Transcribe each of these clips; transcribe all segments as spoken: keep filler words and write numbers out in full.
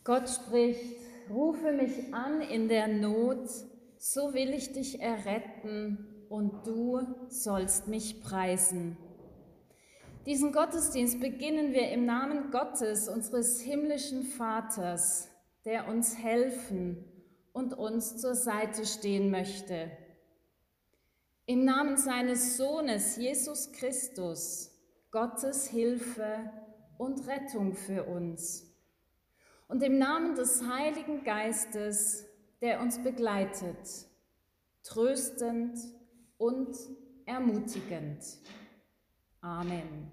Gott spricht, rufe mich an in der Not, so will ich dich erretten und du sollst mich preisen. Diesen Gottesdienst beginnen wir im Namen Gottes, unseres himmlischen Vaters, der uns helfen und uns zur Seite stehen möchte. Im Namen seines Sohnes, Jesus Christus, Gottes Hilfe und Rettung für uns. Und im Namen des Heiligen Geistes, der uns begleitet, tröstend und ermutigend. Amen.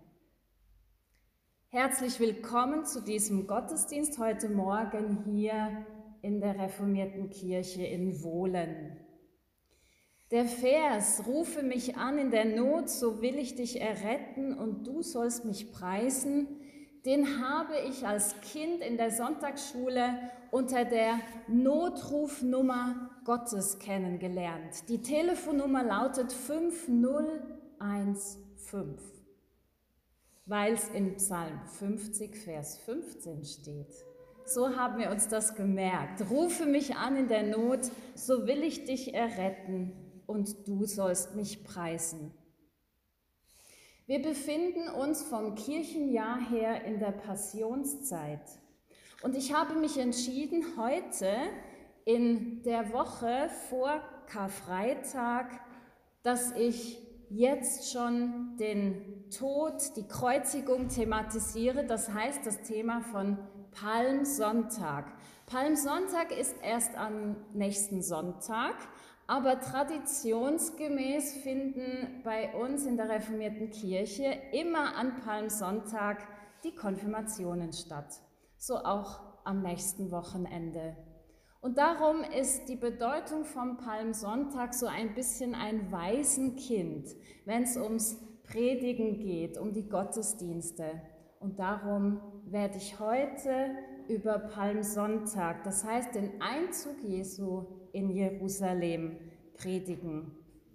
Herzlich willkommen zu diesem Gottesdienst heute Morgen hier in der Reformierten Kirche in Wohlen. Der Vers, rufe mich an in der Not, so will ich dich erretten und du sollst mich preisen, den habe ich als Kind in der Sonntagsschule unter der Notrufnummer Gottes kennengelernt. Die Telefonnummer lautet fünf null eins fünf, weil es in Psalm fünfzig, Vers fünfzehn steht. So haben wir uns das gemerkt. Rufe mich an in der Not, so will ich dich erretten und du sollst mich preisen. Wir befinden uns vom Kirchenjahr her in der Passionszeit. Und ich habe mich entschieden, heute in der Woche vor Karfreitag, dass ich jetzt schon den Tod, die Kreuzigung thematisiere. Das heißt, das Thema von Palmsonntag. Palmsonntag ist erst am nächsten Sonntag. Aber traditionsgemäß finden bei uns in der reformierten Kirche immer an Palmsonntag die Konfirmationen statt, so auch am nächsten Wochenende. Und darum ist die Bedeutung vom Palmsonntag so ein bisschen ein Waisenkind, wenn es ums Predigen geht, um die Gottesdienste. Und darum werde ich heute über Palmsonntag, das heißt den Einzug Jesu in Jerusalem, predigen.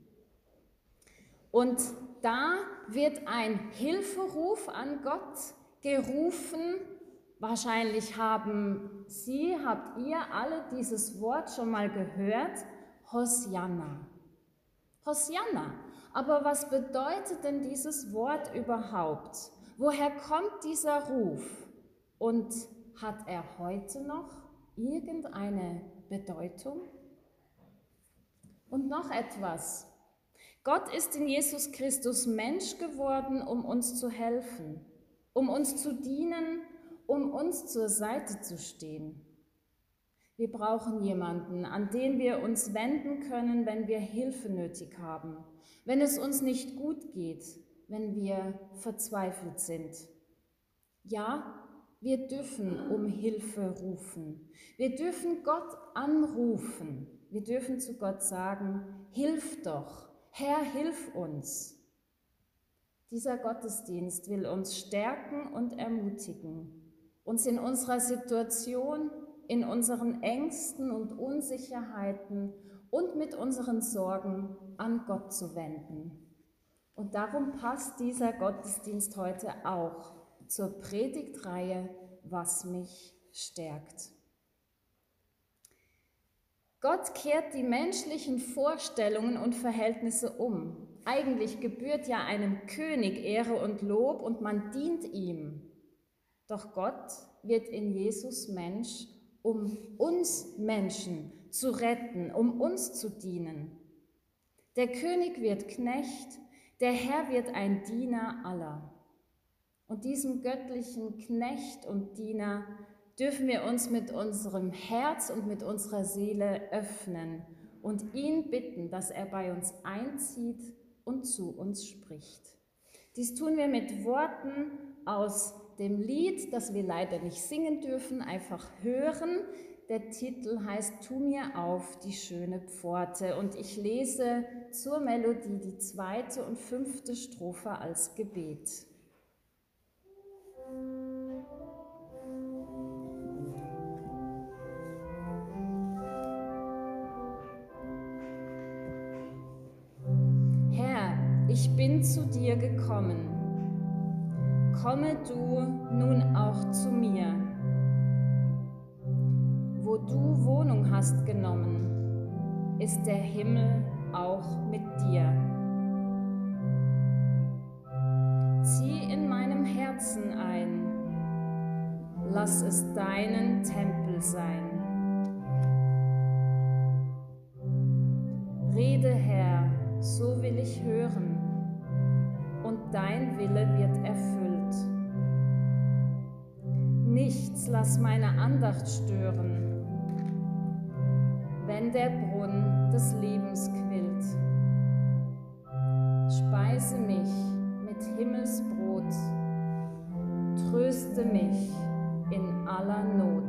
Und da wird ein Hilferuf an Gott gerufen. Wahrscheinlich haben Sie, habt ihr alle dieses Wort schon mal gehört, Hosianna. Hosianna. Aber was bedeutet denn dieses Wort überhaupt? Woher kommt dieser Ruf? Und hat er heute noch irgendeine Bedeutung? Und noch etwas. Gott ist in Jesus Christus Mensch geworden, um uns zu helfen, um uns zu dienen, um uns zur Seite zu stehen. Wir brauchen jemanden, an den wir uns wenden können, wenn wir Hilfe nötig haben, wenn es uns nicht gut geht, wenn wir verzweifelt sind. Ja, wir dürfen um Hilfe rufen. Wir dürfen Gott anrufen. Wir dürfen zu Gott sagen, hilf doch, Herr, hilf uns. Dieser Gottesdienst will uns stärken und ermutigen, uns in unserer Situation, in unseren Ängsten und Unsicherheiten und mit unseren Sorgen an Gott zu wenden. Und darum passt dieser Gottesdienst heute auch zur Predigtreihe, was mich stärkt. Gott kehrt die menschlichen Vorstellungen und Verhältnisse um. Eigentlich gebührt ja einem König Ehre und Lob und man dient ihm. Doch Gott wird in Jesus Mensch, um uns Menschen zu retten, um uns zu dienen. Der König wird Knecht, der Herr wird ein Diener aller. Und diesem göttlichen Knecht und Diener dürfen wir uns mit unserem Herz und mit unserer Seele öffnen und ihn bitten, dass er bei uns einzieht und zu uns spricht. Dies tun wir mit Worten aus dem Lied, das wir leider nicht singen dürfen, einfach hören. Der Titel heißt Tu mir auf die schöne Pforte und ich lese zur Melodie die zweite und fünfte Strophe als Gebet. Herr, ich bin zu dir gekommen. Komme du nun auch zu mir. du Wohnung hast genommen, ist der Himmel auch mit dir. Zieh in meinem Herzen ein, lass es deinen Tempel sein. Rede, Herr, so will ich hören, und dein Wille wird erfüllt. Nichts lass meine Andacht stören, wenn der Brunnen des Lebens quillt. Speise mich mit Himmelsbrot, tröste mich in aller Not.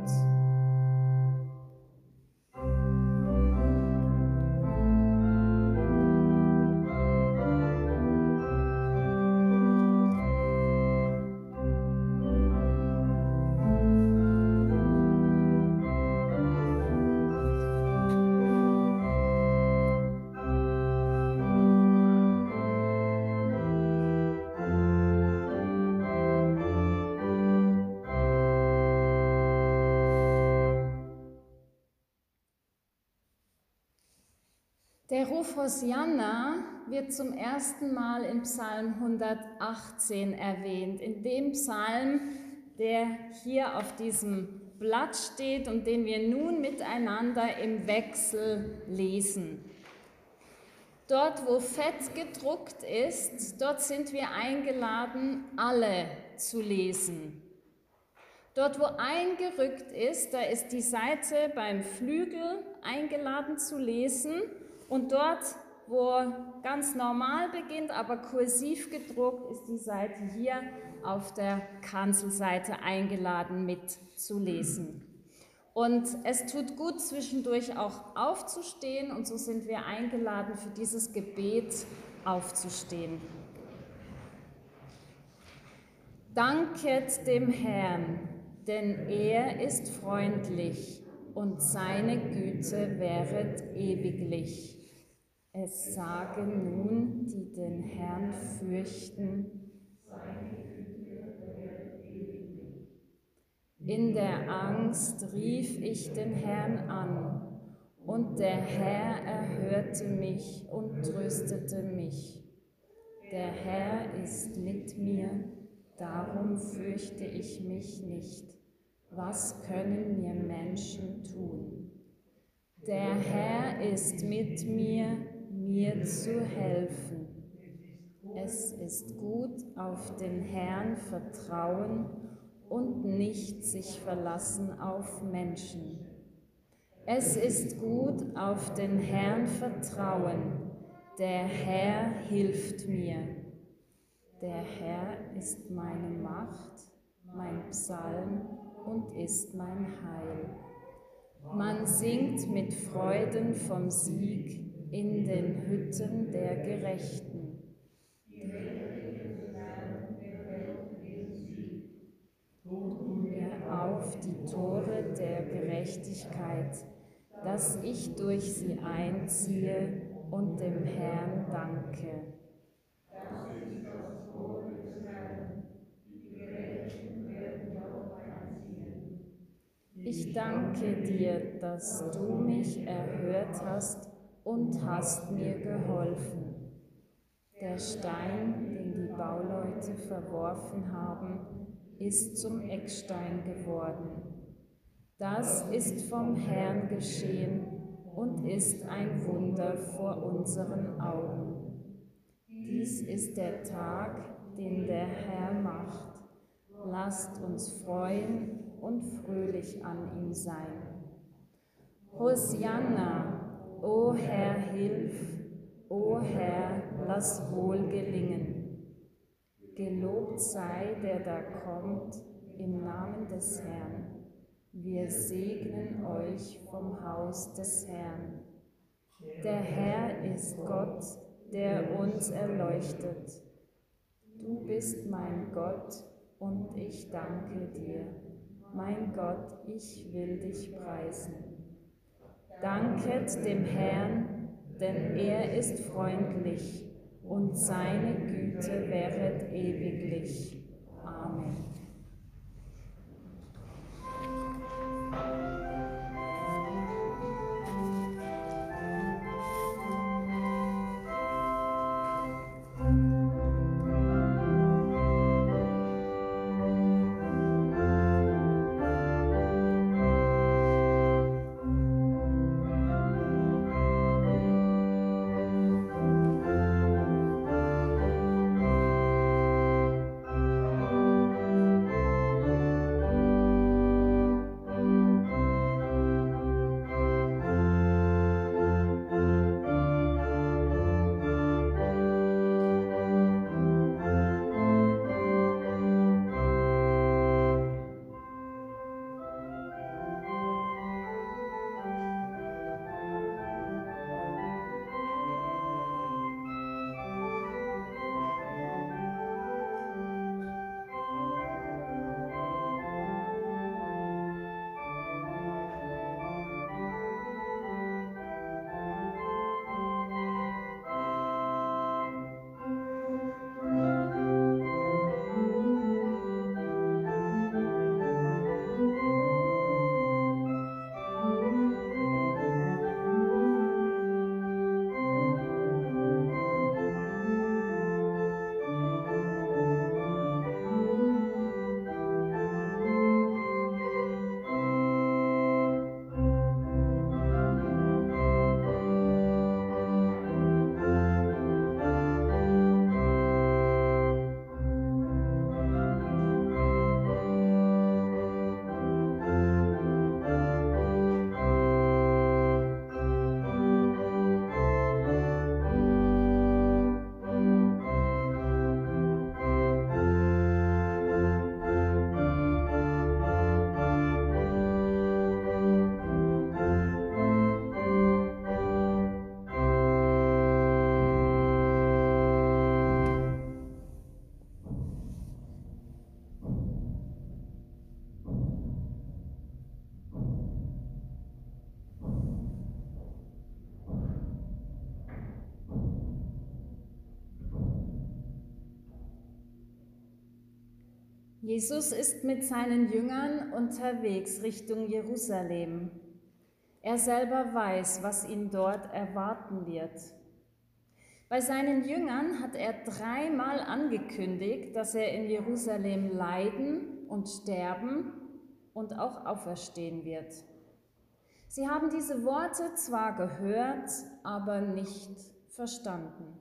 Der Ruf Hosianna wird zum ersten Mal im Psalm hundertachtzehn erwähnt, in dem Psalm, der hier auf diesem Blatt steht und den wir nun miteinander im Wechsel lesen. Dort, wo fett gedruckt ist, dort sind wir eingeladen, alle zu lesen. Dort, wo eingerückt ist, da ist die Seite beim Flügel eingeladen zu lesen. Und dort, wo ganz normal beginnt, aber kursiv gedruckt, ist die Seite hier auf der Kanzelseite eingeladen mitzulesen. Und es tut gut, zwischendurch auch aufzustehen, und so sind wir eingeladen, für dieses Gebet aufzustehen. Danket dem Herrn, denn er ist freundlich und seine Güte währet ewiglich. Es sagen nun, die den Herrn fürchten, in der Angst rief ich den Herrn an, und der Herr erhörte mich und tröstete mich. Der Herr ist mit mir, darum fürchte ich mich nicht. Was können mir Menschen tun? Der Herr ist mit mir, mir zu helfen. Es ist gut, auf den Herrn vertrauen und nicht sich verlassen auf Menschen. Es ist gut, auf den Herrn vertrauen. Der Herr hilft mir. Der Herr ist meine Macht, mein Psalm und ist mein Heil. Man singt mit Freuden vom Sieg in den Hütten der Gerechten. Tu mir auf die Tore der Gerechtigkeit, dass ich durch sie einziehe und dem Herrn danke. Ich danke dir, dass du mich erhört hast und hast mir geholfen. Der Stein, den die Bauleute verworfen haben, ist zum Eckstein geworden. Das ist vom Herrn geschehen und ist ein Wunder vor unseren Augen. Dies ist der Tag, den der Herr macht. Lasst uns freuen und fröhlich an ihm sein. Hosianna, o Herr, hilf, o Herr, lass wohl gelingen. Gelobt sei, der da kommt, im Namen des Herrn. Wir segnen euch vom Haus des Herrn. Der Herr ist Gott, der uns erleuchtet. Du bist mein Gott, und ich danke dir. Mein Gott, ich will dich preisen. Danket dem Herrn, denn er ist freundlich, und seine Güte währet ewiglich. Amen. Jesus ist mit seinen Jüngern unterwegs Richtung Jerusalem. Er selber weiß, was ihn dort erwarten wird. Bei seinen Jüngern hat er dreimal angekündigt, dass er in Jerusalem leiden und sterben und auch auferstehen wird. Sie haben diese Worte zwar gehört, aber nicht verstanden.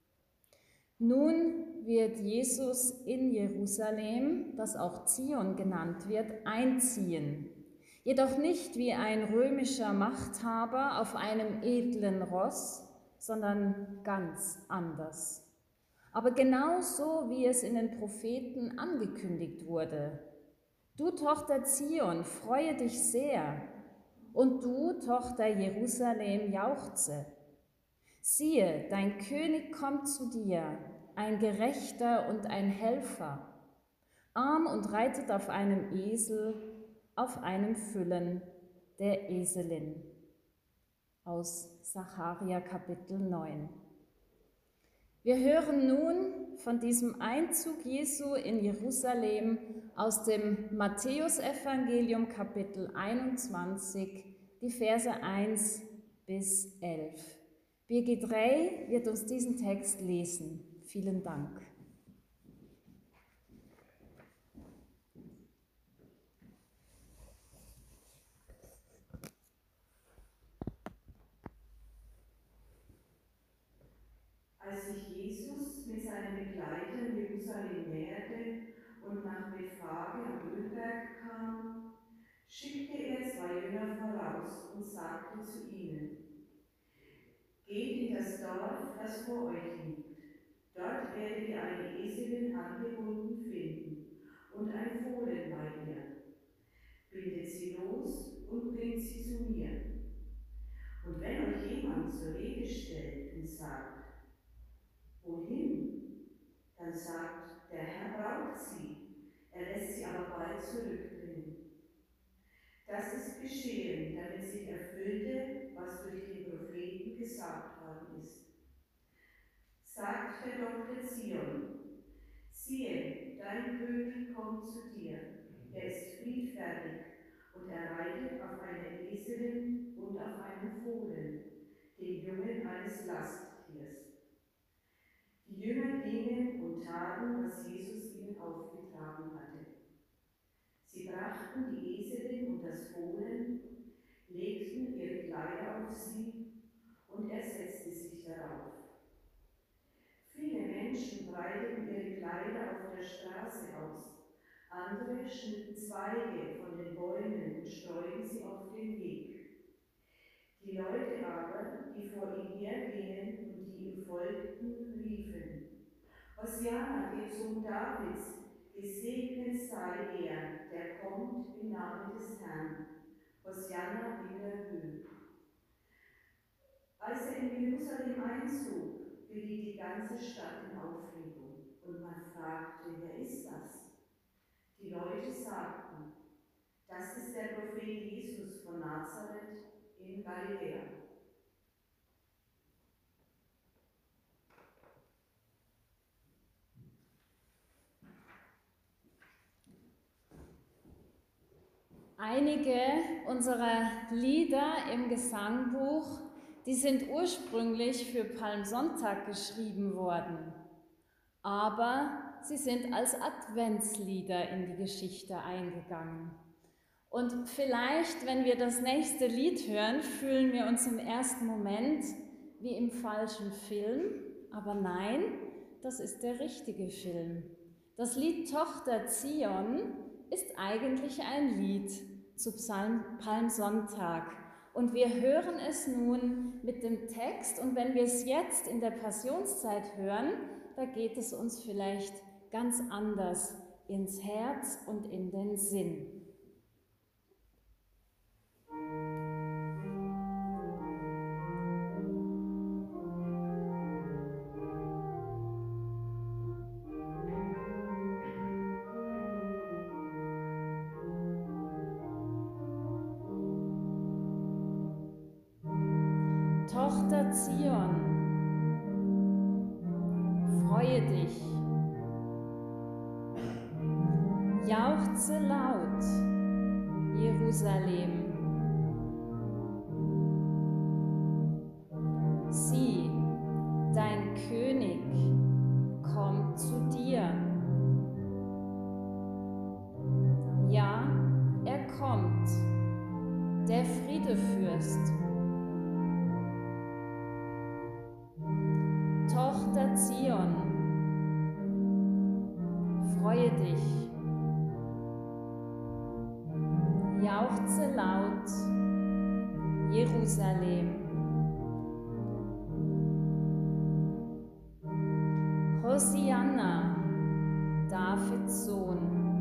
Nun wird Jesus in Jerusalem, das auch Zion genannt wird, einziehen. Jedoch nicht wie ein römischer Machthaber auf einem edlen Ross, sondern ganz anders. Aber genauso, wie es in den Propheten angekündigt wurde. Du, Tochter Zion, freue dich sehr, und du, Tochter Jerusalem, jauchze. Siehe, dein König kommt zu dir, ein Gerechter und ein Helfer, arm und reitet auf einem Esel, auf einem Füllen der Eselin. Aus Sacharja Kapitel neun. Wir hören nun von diesem Einzug Jesu in Jerusalem aus dem Matthäusevangelium Kapitel einundzwanzig, die Verse eins bis elf. Birgit Rey wird uns diesen Text lesen. Vielen Dank. Als sich Jesus mit seinen Begleitern Jerusalem näherte und nach Bethphage am Ölberg kam, schickte er zwei Jünger voraus und sagte zu ihnen: Geht in das Dorf, das vor euch liegt. Dort werdet ihr eine Eselin angebunden finden und ein Fohlen bei ihr. Bindet sie los und bringt sie zu mir. Und wenn euch jemand zur Rede stellt und sagt: Wohin? Dann sagt, der Herr braucht sie, er lässt sie aber bald zurückbringen. Das ist geschehen, damit sich erfüllte, was durch den Propheten gesagt worden ist. Sagt der Tochter Zion: Siehe, dein König kommt zu dir, er ist friedfertig und er reitet auf einer Eselin und auf einem Fohlen, dem Jungen eines Lasttiers. Die Jünger gingen und taten, was Jesus ihnen aufgetragen hatte. Sie brachten die Eselin und das Fohlen, legten ihre Kleider auf sie und er setzte sich darauf. Viele Menschen breiteten ihre Kleider auf der Straße aus, andere schnitten Zweige von den Bäumen und streuten sie auf den Weg. Die Leute aber, die vor ihm hergingen und die ihm folgten, riefen: Hosianna, dem Sohn Davids, gesegnet sei er, der kommt im Namen des Herrn. Hosianna in der Höhe. Als er in Jerusalem einzog, geriet die ganze Stadt in Aufregung und man fragte: Wer ist das? Die Leute sagten: Das ist der Prophet Jesus von Nazareth in Galiläa. Einige unserer Lieder im Gesangbuch, die sind ursprünglich für Palmsonntag geschrieben worden, aber sie sind als Adventslieder in die Geschichte eingegangen. Und vielleicht, wenn wir das nächste Lied hören, fühlen wir uns im ersten Moment wie im falschen Film, aber nein, das ist der richtige Film. Das Lied Tochter Zion ist eigentlich ein Lied zu Psalm, Palmsonntag. Und wir hören es nun mit dem Text. Und wenn wir es jetzt in der Passionszeit hören, da geht es uns vielleicht ganz anders ins Herz und in den Sinn. Tochter Zion, freue dich. Jauchze laut, Jerusalem. Sieh, dein König kommt zu dir. Ja, er kommt, der Friedefürst. Tochter Zion, freue dich. Jauchze laut, Jerusalem. Hosianna, Davids Sohn.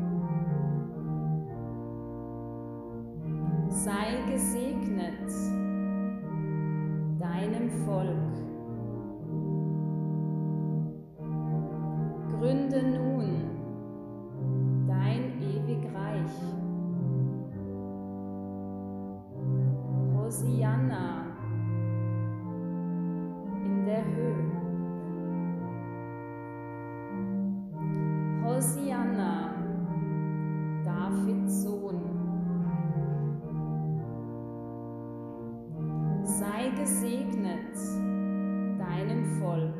Sei gesegnet, deinem Volk. Gründe nun dein ewig Reich. Hosianna in der Höhe. Hosianna, Davids Sohn. Sei gesegnet, deinem Volk.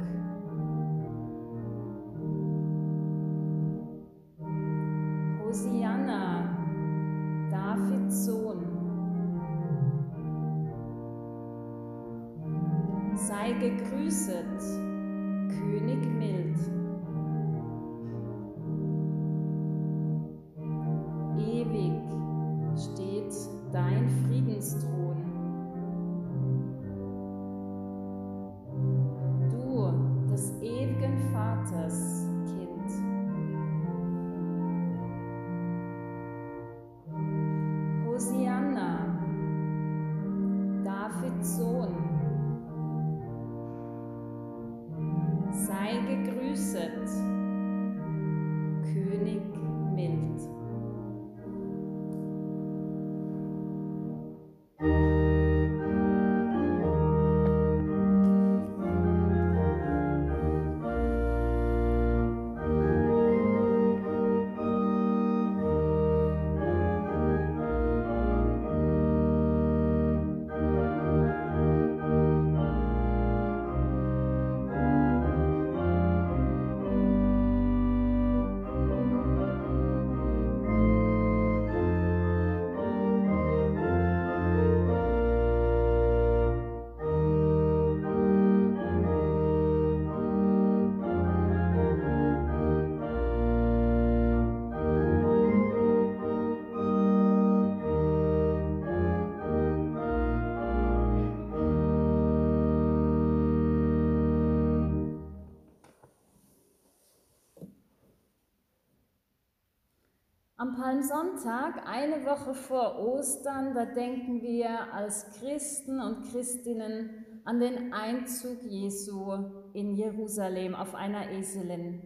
Hosianna, Davids Sohn. Sei gegrüßet, König mild. Ewig steht dein Friedensthron. Du, des ewigen Vaters Kind. Hosianna, Davids Sohn. Sei gegrüßet, König mild. Am Palmsonntag, eine Woche vor Ostern, da denken wir als Christen und Christinnen an den Einzug Jesu in Jerusalem auf einer Eselin.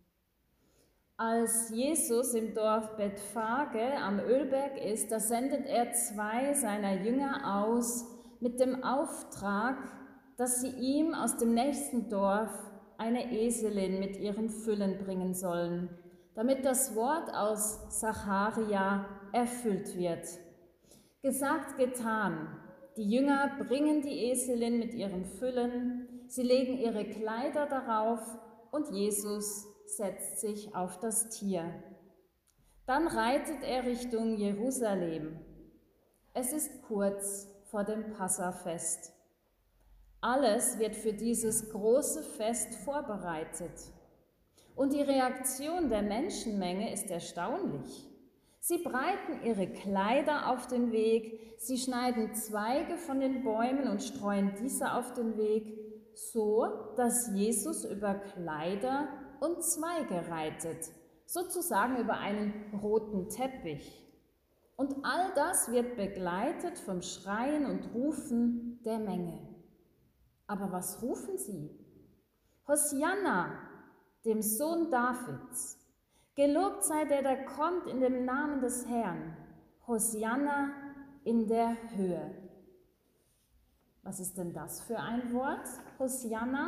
Als Jesus im Dorf Bethphage am Ölberg ist, da sendet er zwei seiner Jünger aus mit dem Auftrag, dass sie ihm aus dem nächsten Dorf eine Eselin mit ihren Füllen bringen sollen, damit das Wort aus Sacharia erfüllt wird. Gesagt, getan. Die Jünger bringen die Eselin mit ihren Füllen, sie legen ihre Kleider darauf und Jesus setzt sich auf das Tier. Dann reitet er Richtung Jerusalem. Es ist kurz vor dem Passafest. Alles wird für dieses große Fest vorbereitet. Und die Reaktion der Menschenmenge ist erstaunlich. Sie breiten ihre Kleider auf den Weg, sie schneiden Zweige von den Bäumen und streuen diese auf den Weg, so dass Jesus über Kleider und Zweige reitet, sozusagen über einen roten Teppich. Und all das wird begleitet vom Schreien und Rufen der Menge. Aber was rufen sie? Hosianna, dem Sohn Davids. Gelobt sei der, der kommt in dem Namen des Herrn. Hosianna in der Höhe. Was ist denn das für ein Wort, Hosianna?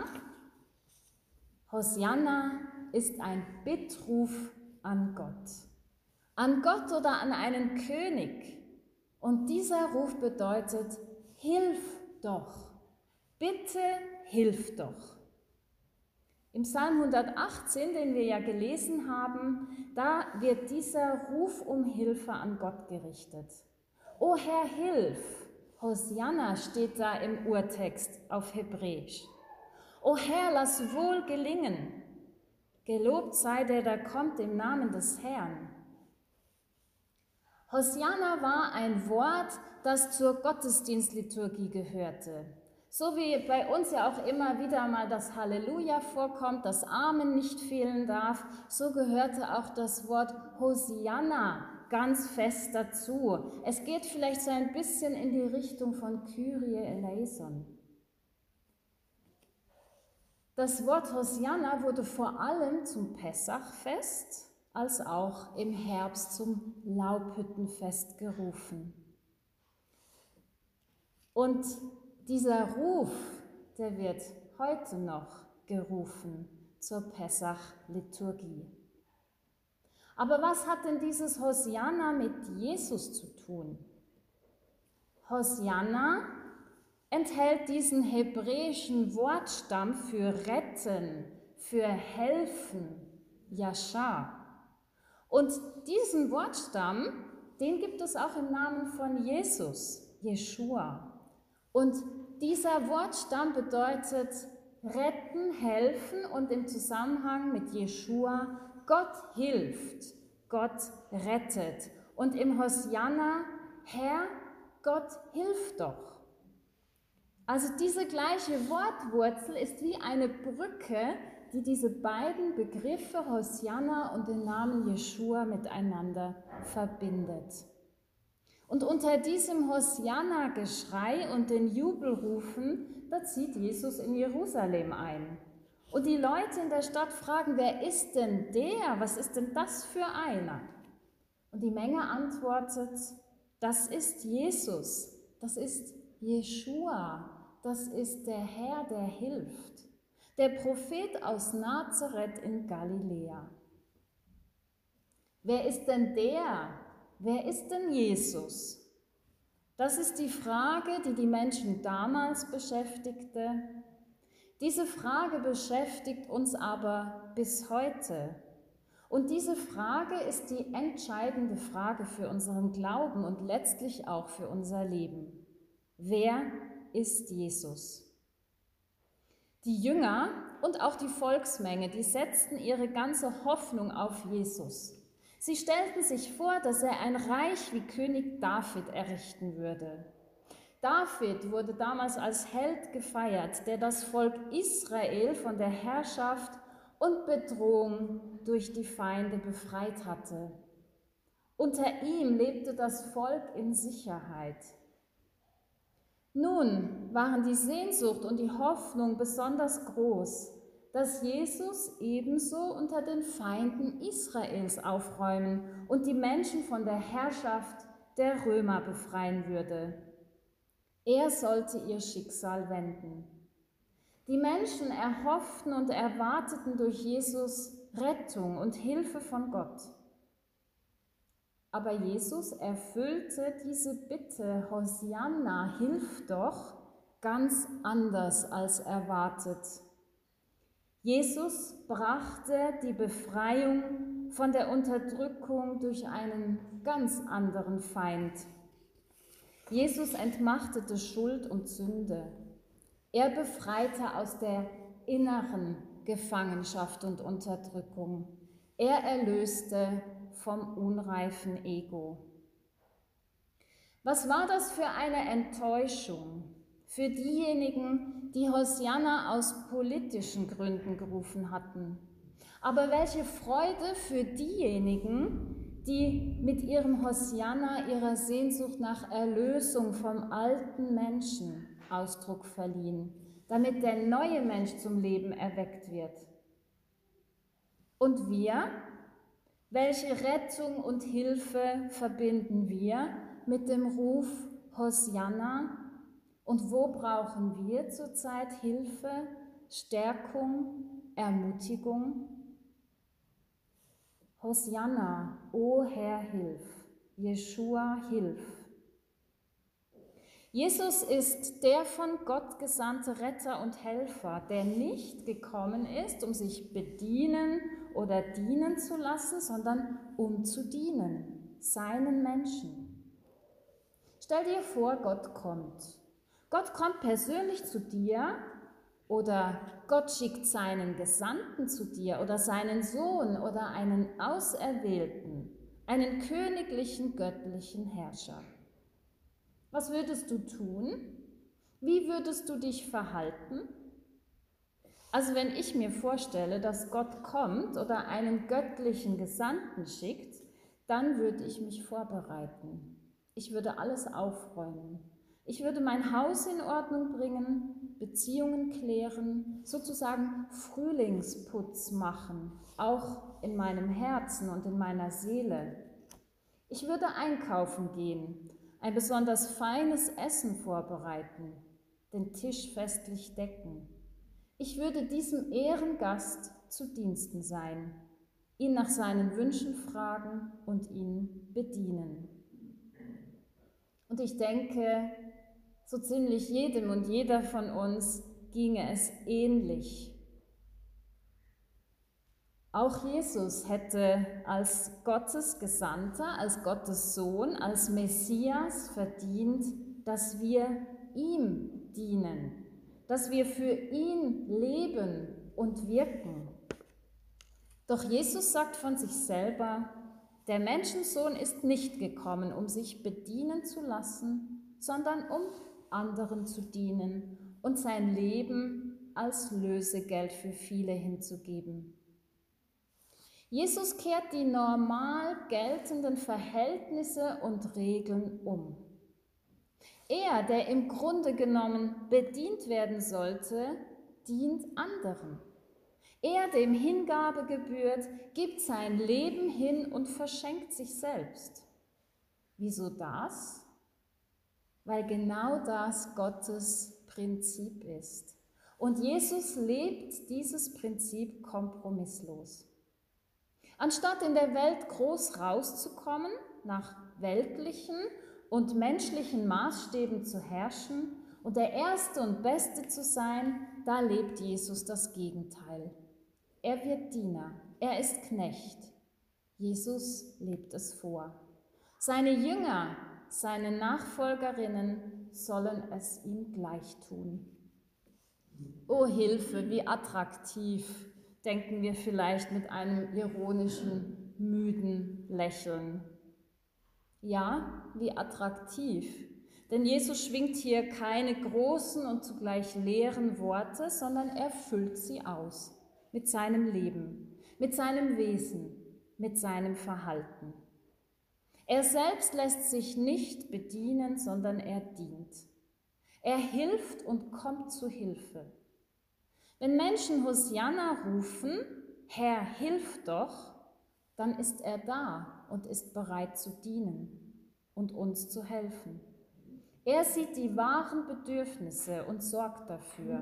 Hosianna ist ein Bittruf an Gott. an Gott oder an einen König. Und dieser Ruf bedeutet, hilf doch, bitte hilf doch. Im Psalm hundertachtzehn, den wir ja gelesen haben, da wird dieser Ruf um Hilfe an Gott gerichtet. O Herr, hilf! Hosianna steht da im Urtext auf Hebräisch. O Herr, lass wohl gelingen! Gelobt sei der, der kommt im Namen des Herrn. Hosianna war ein Wort, das zur Gottesdienstliturgie gehörte. So wie bei uns ja auch immer wieder mal das Halleluja vorkommt, das Amen nicht fehlen darf, so gehörte auch das Wort Hosianna ganz fest dazu. Es geht vielleicht so ein bisschen in die Richtung von Kyrie eleison. Das Wort Hosianna wurde vor allem zum Pessachfest als auch im Herbst zum Laubhüttenfest gerufen. Und dieser Ruf, der wird heute noch gerufen zur Pessach-Liturgie. Aber was hat denn dieses Hosianna mit Jesus zu tun? Hosianna enthält diesen hebräischen Wortstamm für retten, für helfen, Yashar. Und diesen Wortstamm, den gibt es auch im Namen von Jesus, Jeschua. Und dieser Wortstamm bedeutet retten, helfen und im Zusammenhang mit Jeschua, Gott hilft, Gott rettet. Und im Hosianna, Herr, Gott hilf doch. Also diese gleiche Wortwurzel ist wie eine Brücke, die diese beiden Begriffe Hosianna und den Namen Jeschua miteinander verbindet. Und unter diesem Hosianna-Geschrei und den Jubelrufen, da zieht Jesus in Jerusalem ein. Und die Leute in der Stadt fragen, wer ist denn der? Was ist denn das für einer? Und die Menge antwortet, das ist Jesus, das ist Jeschua, das ist der Herr, der hilft, der Prophet aus Nazareth in Galiläa. Wer ist denn der? Wer ist denn Jesus? Das ist die Frage, die die Menschen damals beschäftigte. Diese Frage beschäftigt uns aber bis heute. Und diese Frage ist die entscheidende Frage für unseren Glauben und letztlich auch für unser Leben. Wer ist Jesus? Die Jünger und auch die Volksmenge, die setzten ihre ganze Hoffnung auf Jesus. Sie stellten sich vor, dass er ein Reich wie König David errichten würde. David wurde damals als Held gefeiert, der das Volk Israel von der Herrschaft und Bedrohung durch die Feinde befreit hatte. Unter ihm lebte das Volk in Sicherheit. Nun waren die Sehnsucht und die Hoffnung besonders groß, dass Jesus ebenso unter den Feinden Israels aufräumen und die Menschen von der Herrschaft der Römer befreien würde. Er sollte ihr Schicksal wenden. Die Menschen erhofften und erwarteten durch Jesus Rettung und Hilfe von Gott. Aber Jesus erfüllte diese Bitte, Hosianna, hilf doch, ganz anders als erwartet. Jesus brachte die Befreiung von der Unterdrückung durch einen ganz anderen Feind. Jesus entmachtete Schuld und Sünde. Er befreite aus der inneren Gefangenschaft und Unterdrückung. Er erlöste vom unreifen Ego. Was war das für eine Enttäuschung für diejenigen, die Hosianna aus politischen Gründen gerufen hatten? Aber welche Freude für diejenigen, die mit ihrem Hosianna ihrer Sehnsucht nach Erlösung vom alten Menschen Ausdruck verliehen, damit der neue Mensch zum Leben erweckt wird. Und wir? Welche Rettung und Hilfe verbinden wir mit dem Ruf Hosianna? Und wo brauchen wir zurzeit Hilfe, Stärkung, Ermutigung? Hosianna, o Herr, hilf. Jeschua, hilf. Jesus ist der von Gott gesandte Retter und Helfer, der nicht gekommen ist, um sich bedienen oder dienen zu lassen, sondern um zu dienen, seinen Menschen. Stell dir vor, Gott kommt. Gott kommt persönlich zu dir oder Gott schickt seinen Gesandten zu dir oder seinen Sohn oder einen Auserwählten, einen königlichen, göttlichen Herrscher. Was würdest du tun? Wie würdest du dich verhalten? Also wenn ich mir vorstelle, dass Gott kommt oder einen göttlichen Gesandten schickt, dann würde ich mich vorbereiten. Ich würde alles aufräumen. Ich würde mein Haus in Ordnung bringen, Beziehungen klären, sozusagen Frühlingsputz machen, auch in meinem Herzen und in meiner Seele. Ich würde einkaufen gehen, ein besonders feines Essen vorbereiten, den Tisch festlich decken. Ich würde diesem Ehrengast zu Diensten sein, ihn nach seinen Wünschen fragen und ihn bedienen. Und ich denke, so ziemlich jedem und jeder von uns ginge es ähnlich. Auch Jesus hätte als Gottes Gesandter, als Gottes Sohn, als Messias verdient, dass wir ihm dienen, dass wir für ihn leben und wirken. Doch Jesus sagt von sich selber, der Menschensohn ist nicht gekommen, um sich bedienen zu lassen, sondern um anderen zu dienen und sein Leben als Lösegeld für viele hinzugeben. Jesus kehrt die normal geltenden Verhältnisse und Regeln um. Er, der im Grunde genommen bedient werden sollte, dient anderen. Er, dem Hingabe gebührt, gibt sein Leben hin und verschenkt sich selbst. Wieso das? Weil genau das Gottes Prinzip ist. Und Jesus lebt dieses Prinzip kompromisslos. Anstatt in der Welt groß rauszukommen, nach weltlichen und menschlichen Maßstäben zu herrschen und der Erste und Beste zu sein, da lebt Jesus das Gegenteil. Er wird Diener, er ist Knecht. Jesus lebt es vor. Seine Jünger, seine Nachfolgerinnen sollen es ihm gleich tun. O Hilfe, wie attraktiv, denken wir vielleicht mit einem ironischen, müden Lächeln. Ja, wie attraktiv, denn Jesus schwingt hier keine großen und zugleich leeren Worte, sondern er füllt sie aus mit seinem Leben, mit seinem Wesen, mit seinem Verhalten. Er selbst lässt sich nicht bedienen, sondern er dient. Er hilft und kommt zu Hilfe. Wenn Menschen Hosianna rufen, Herr, hilf doch, dann ist er da und ist bereit zu dienen und uns zu helfen. Er sieht die wahren Bedürfnisse und sorgt dafür.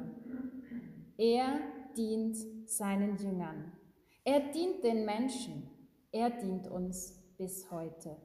Er dient seinen Jüngern. Er dient den Menschen. Er dient uns bis heute.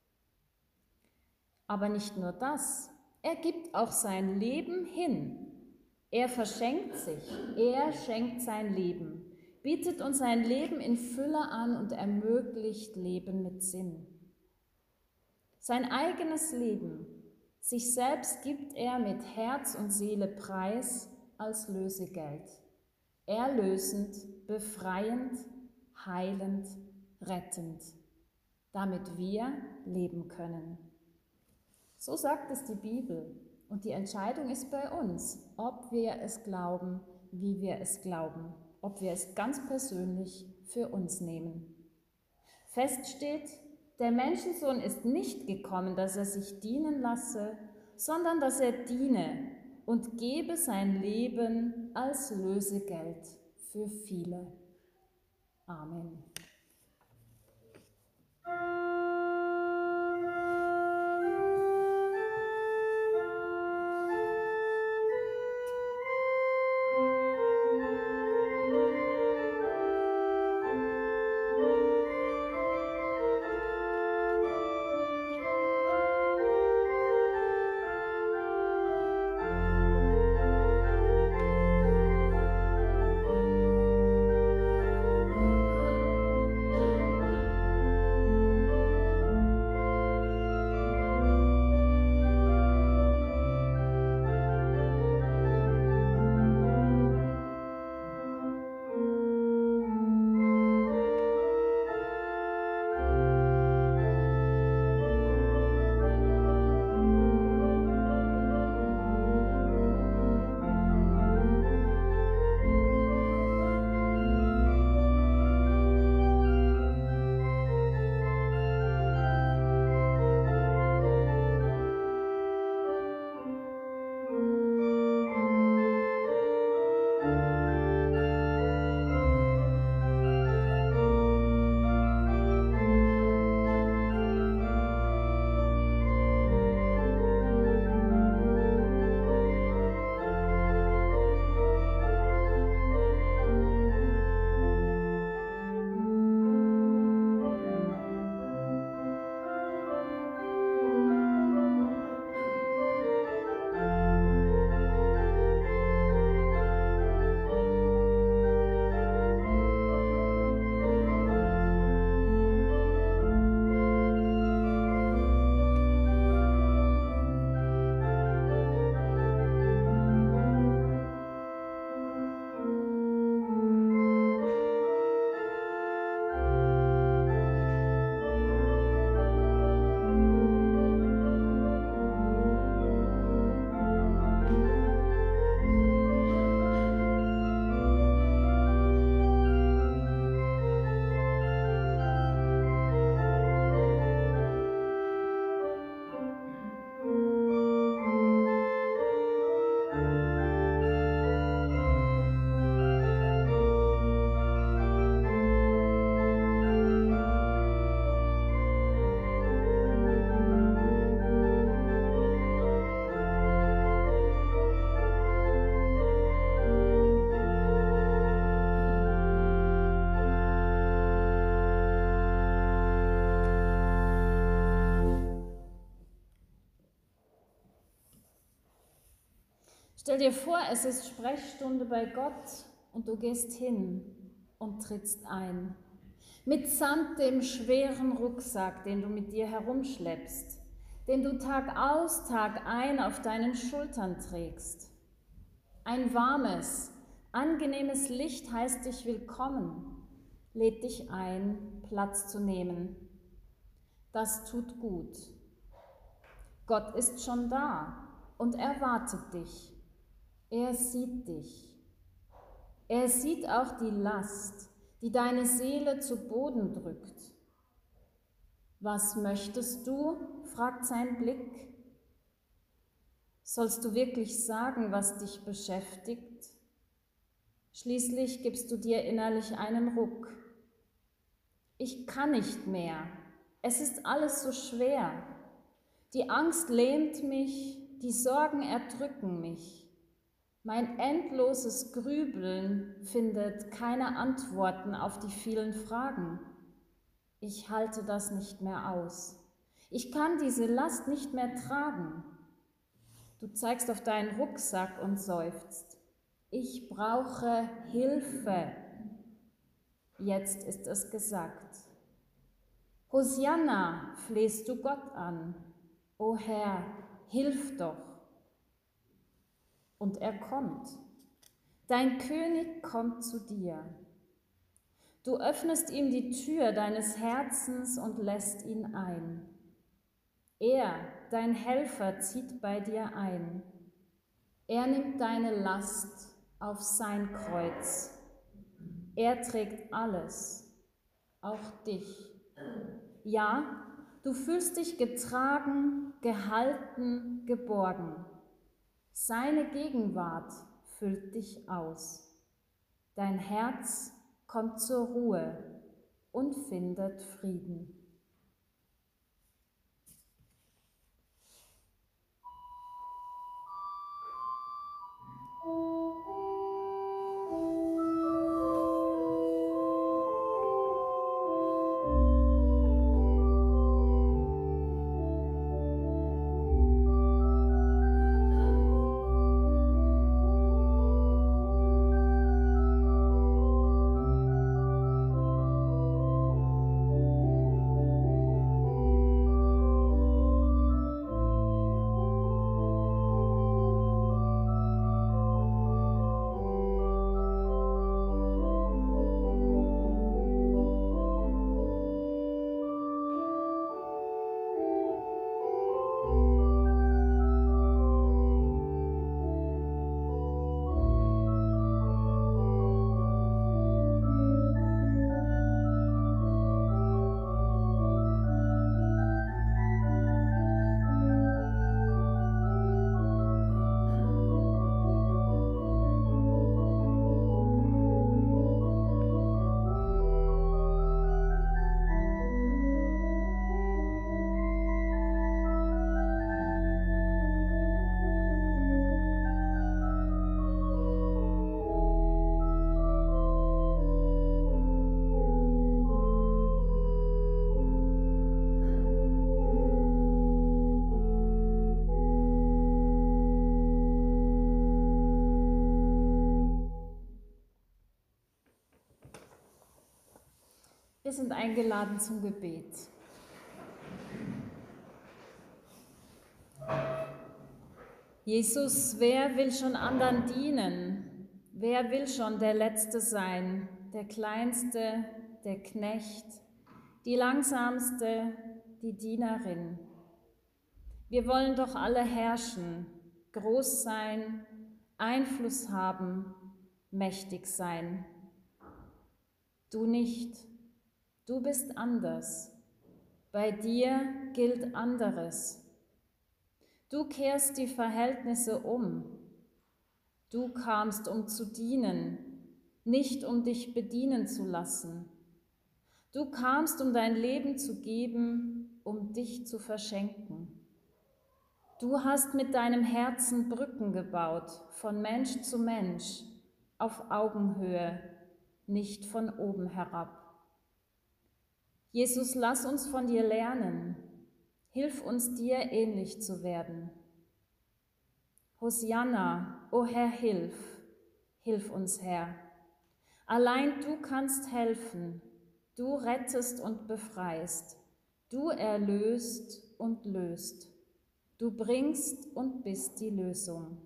Aber nicht nur das, er gibt auch sein Leben hin. Er verschenkt sich, er schenkt sein Leben, bietet uns sein Leben in Fülle an und ermöglicht Leben mit Sinn. Sein eigenes Leben, sich selbst gibt er mit Herz und Seele preis als Lösegeld. Erlösend, befreiend, heilend, rettend, damit wir leben können. So sagt es die Bibel. Und die Entscheidung ist bei uns, ob wir es glauben, wie wir es glauben, ob wir es ganz persönlich für uns nehmen. Fest steht, der Menschensohn ist nicht gekommen, dass er sich dienen lasse, sondern dass er diene und gebe sein Leben als Lösegeld für viele. Amen. Stell dir vor, es ist Sprechstunde bei Gott und du gehst hin und trittst ein. Mitsamt dem schweren Rucksack, den du mit dir herumschleppst, den du Tag aus, Tag ein auf deinen Schultern trägst. Ein warmes, angenehmes Licht heißt dich willkommen, lädt dich ein, Platz zu nehmen. Das tut gut. Gott ist schon da und erwartet dich. Er sieht dich. Er sieht auch die Last, die deine Seele zu Boden drückt. Was möchtest du? Fragt sein Blick. Sollst du wirklich sagen, was dich beschäftigt? Schließlich gibst du dir innerlich einen Ruck. Ich kann nicht mehr. Es ist alles so schwer. Die Angst lähmt mich, die Sorgen erdrücken mich. Mein endloses Grübeln findet keine Antworten auf die vielen Fragen. Ich halte das nicht mehr aus. Ich kann diese Last nicht mehr tragen. Du zeigst auf deinen Rucksack und seufzt. Ich brauche Hilfe. Jetzt ist es gesagt. Hosianna, flehst du Gott an. O Herr, hilf doch. Und er kommt. Dein König kommt zu dir. Du öffnest ihm die Tür deines Herzens und lässt ihn ein. Er, dein Helfer, zieht bei dir ein. Er nimmt deine Last auf sein Kreuz. Er trägt alles, auch dich. Ja, du fühlst dich getragen, gehalten, geborgen. Seine Gegenwart füllt dich aus. Dein Herz kommt zur Ruhe und findet Frieden. Wir sind eingeladen zum Gebet. Jesus, wer will schon anderen dienen? Wer will schon der Letzte sein, der Kleinste, der Knecht, die Langsamste, die Dienerin? Wir wollen doch alle herrschen, groß sein, Einfluss haben, mächtig sein. Du nicht. Du bist anders. Bei dir gilt anderes. Du kehrst die Verhältnisse um. Du kamst, um zu dienen, nicht um dich bedienen zu lassen. Du kamst, um dein Leben zu geben, um dich zu verschenken. Du hast mit deinem Herzen Brücken gebaut, von Mensch zu Mensch, auf Augenhöhe, nicht von oben herab. Jesus, lass uns von dir lernen. Hilf uns, dir ähnlich zu werden. Hosianna, O Herr, hilf, hilf uns, Herr. Allein du kannst helfen, du rettest und befreist, du erlöst und löst, du bringst und bist die Lösung.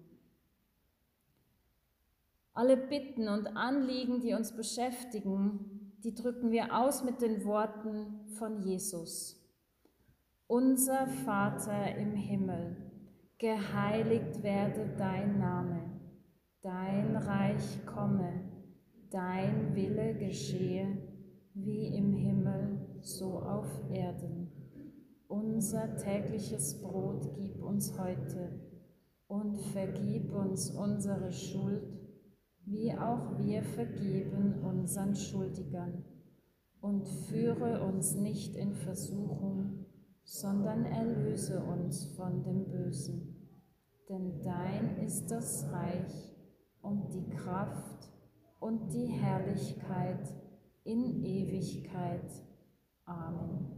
Alle Bitten und Anliegen, die uns beschäftigen, die drücken wir aus mit den Worten von Jesus. Unser Vater im Himmel, geheiligt werde dein Name, dein Reich komme, dein Wille geschehe, wie im Himmel, so auf Erden. Unser tägliches Brot gib uns heute und vergib uns unsere Schuld, wie auch wir vergeben unseren Schuldigern. Und führe uns nicht in Versuchung, sondern erlöse uns von dem Bösen. Denn dein ist das Reich und die Kraft und die Herrlichkeit in Ewigkeit. Amen.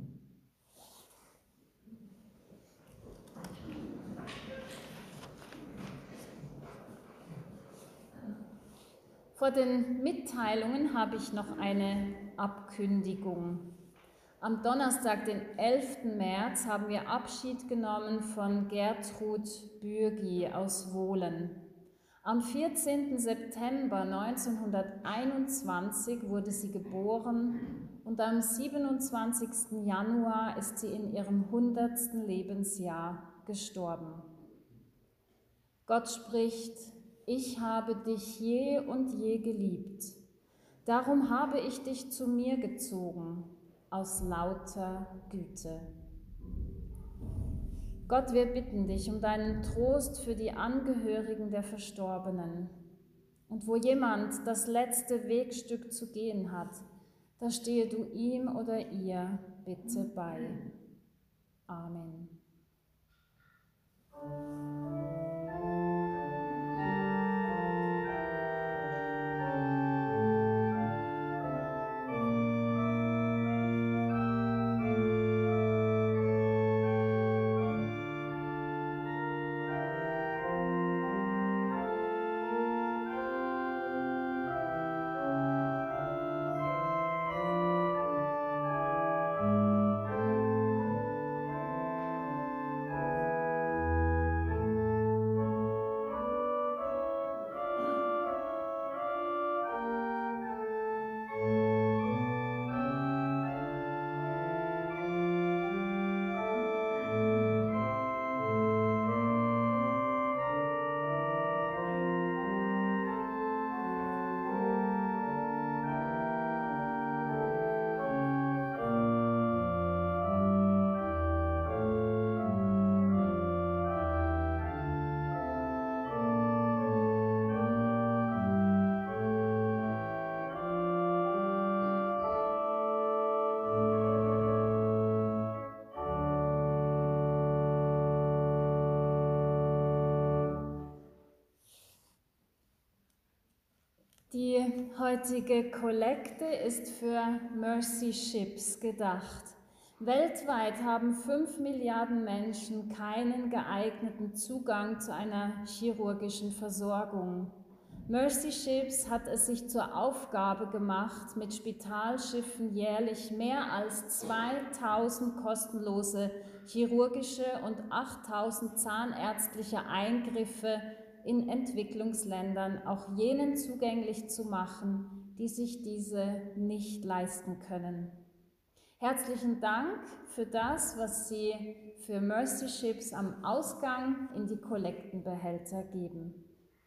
Vor den Mitteilungen habe ich noch eine Abkündigung. Am Donnerstag, den elften März, haben wir Abschied genommen von Gertrud Bürgi aus Wohlen. Am vierzehnten September neunzehnhunderteinundzwanzig wurde sie geboren und am siebenundzwanzigsten Januar ist sie in ihrem hundertsten Lebensjahr gestorben. Gott spricht: Ich habe dich je und je geliebt, darum habe ich dich zu mir gezogen, aus lauter Güte. Gott, wir bitten dich um deinen Trost für die Angehörigen der Verstorbenen. Und wo jemand das letzte Wegstück zu gehen hat, da stehe du ihm oder ihr bitte bei. Amen. Die heutige Kollekte ist für Mercy Ships gedacht. Weltweit haben fünf Milliarden Menschen keinen geeigneten Zugang zu einer chirurgischen Versorgung. Mercy Ships hat es sich zur Aufgabe gemacht, mit Spitalschiffen jährlich mehr als zweitausend kostenlose chirurgische und achttausend zahnärztliche Eingriffe in Entwicklungsländern auch jenen zugänglich zu machen, die sich diese nicht leisten können. Herzlichen Dank für das, was Sie für Mercy Ships am Ausgang in die Kollektenbehälter geben.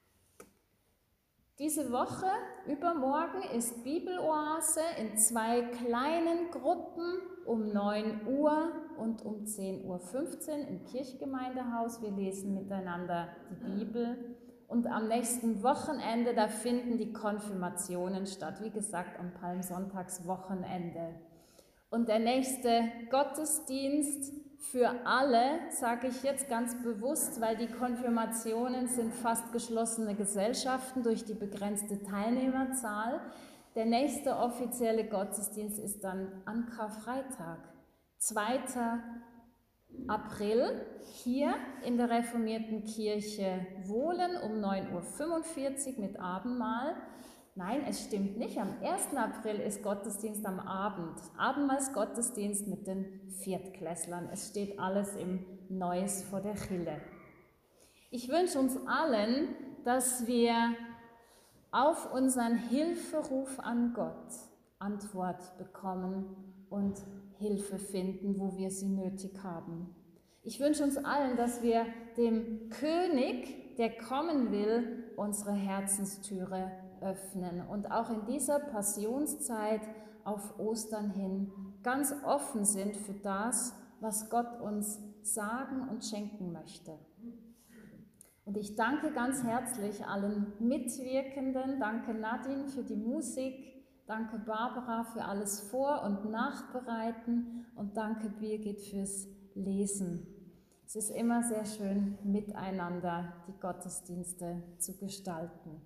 Diese Woche, übermorgen, ist Bibeloase in zwei kleinen Gruppen um neun Uhr und um zehn Uhr fünfzehn im Kirchgemeindehaus. Wir lesen miteinander die Bibel. Und am nächsten Wochenende, da finden die Konfirmationen statt, wie gesagt, am Palmsonntagswochenende. Und der nächste Gottesdienst für alle, sage ich jetzt ganz bewusst, weil die Konfirmationen sind fast geschlossene Gesellschaften durch die begrenzte Teilnehmerzahl. Der nächste offizielle Gottesdienst ist dann an Karfreitag, zweiter April hier in der reformierten Kirche Wohlen um neun Uhr fünfundvierzig mit Abendmahl. Nein, es stimmt nicht. Am ersten April ist Gottesdienst am Abend. Abendmahlsgottesdienst mit den Viertklässlern. Es steht alles im Neues vor der Chille. Ich wünsche uns allen, dass wir auf unseren Hilferuf an Gott Antwort bekommen und Hilfe finden, wo wir sie nötig haben. Ich wünsche uns allen, dass wir dem König, der kommen will, unsere Herzenstüre öffnen und auch in dieser Passionszeit auf Ostern hin ganz offen sind für das, was Gott uns sagen und schenken möchte. Und ich danke ganz herzlich allen Mitwirkenden, danke Nadine für die Musik, danke Barbara für alles Vor- und Nachbereiten und danke Birgit fürs Lesen. Es ist immer sehr schön, miteinander die Gottesdienste zu gestalten.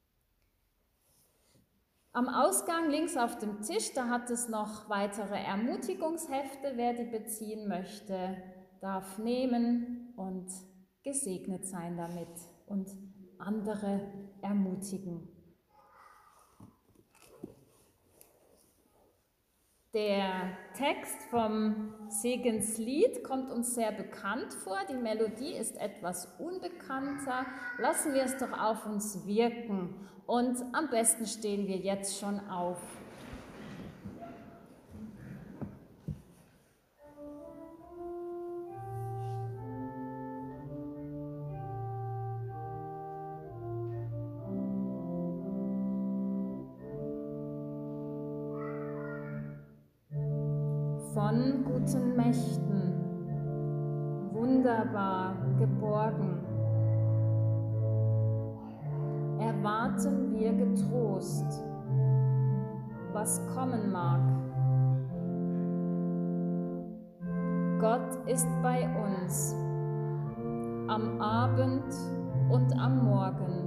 Am Ausgang links auf dem Tisch, da hat es noch weitere Ermutigungshefte. Wer die beziehen möchte, darf nehmen und gesegnet sein damit und andere ermutigen. Der Text vom Segenslied kommt uns sehr bekannt vor. Die Melodie ist etwas unbekannter. Lassen wir es doch auf uns wirken. Und am besten stehen wir jetzt schon auf. Von guten Mächten, wunderbar geborgen, erwarten wir getrost, was kommen mag. Gott ist bei uns, am Abend und am Morgen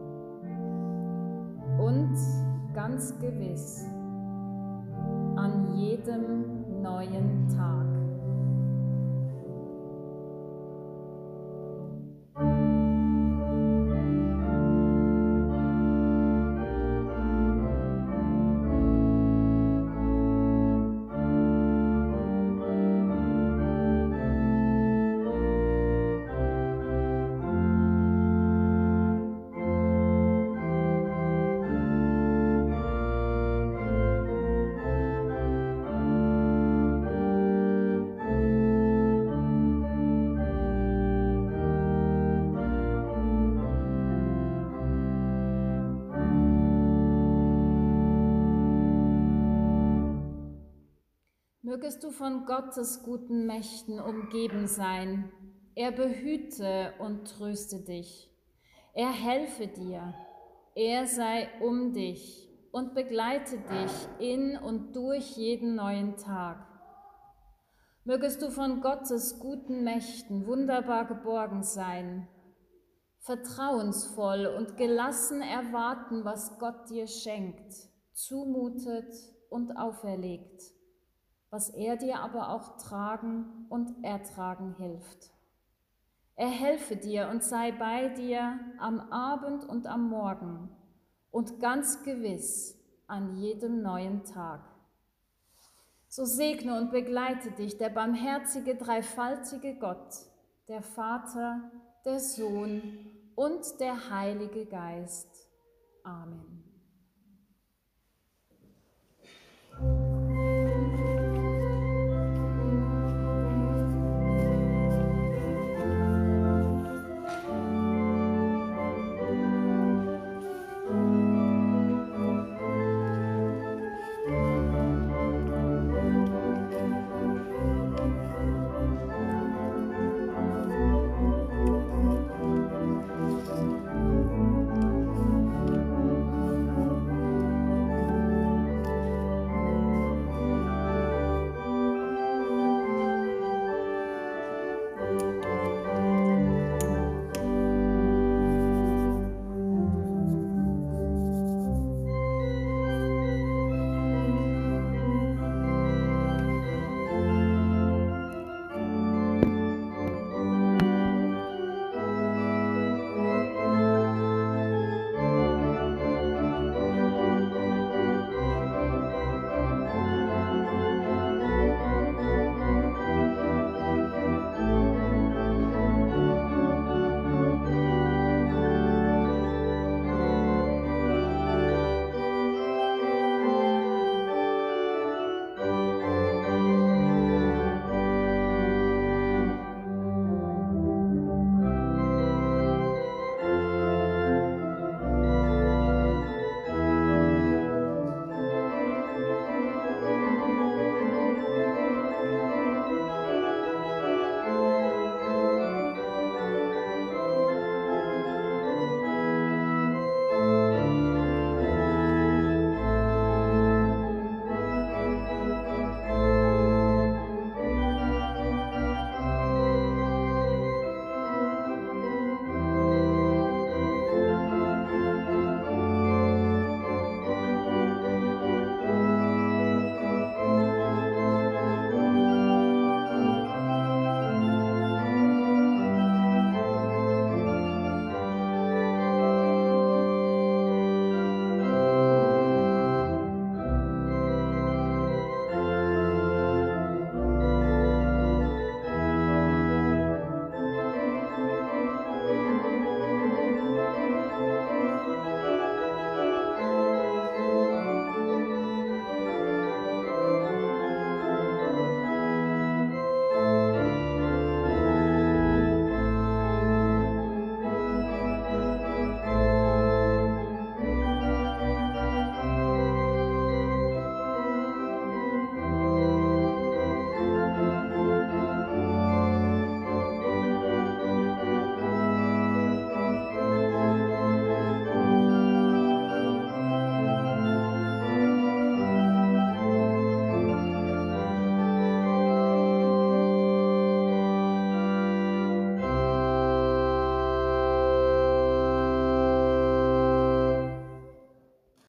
und ganz gewiss an jedem neuen Tag. Mögest du von Gottes guten Mächten umgeben sein. Er behüte und tröste dich. Er helfe dir. Er sei um dich und begleite dich in und durch jeden neuen Tag. Mögest du von Gottes guten Mächten wunderbar geborgen sein, vertrauensvoll und gelassen erwarten, was Gott dir schenkt, zumutet und auferlegt, was er dir aber auch tragen und ertragen hilft. Er helfe dir und sei bei dir am Abend und am Morgen und ganz gewiss an jedem neuen Tag. So segne und begleite dich der barmherzige, dreifaltige Gott, der Vater, der Sohn und der Heilige Geist. Amen.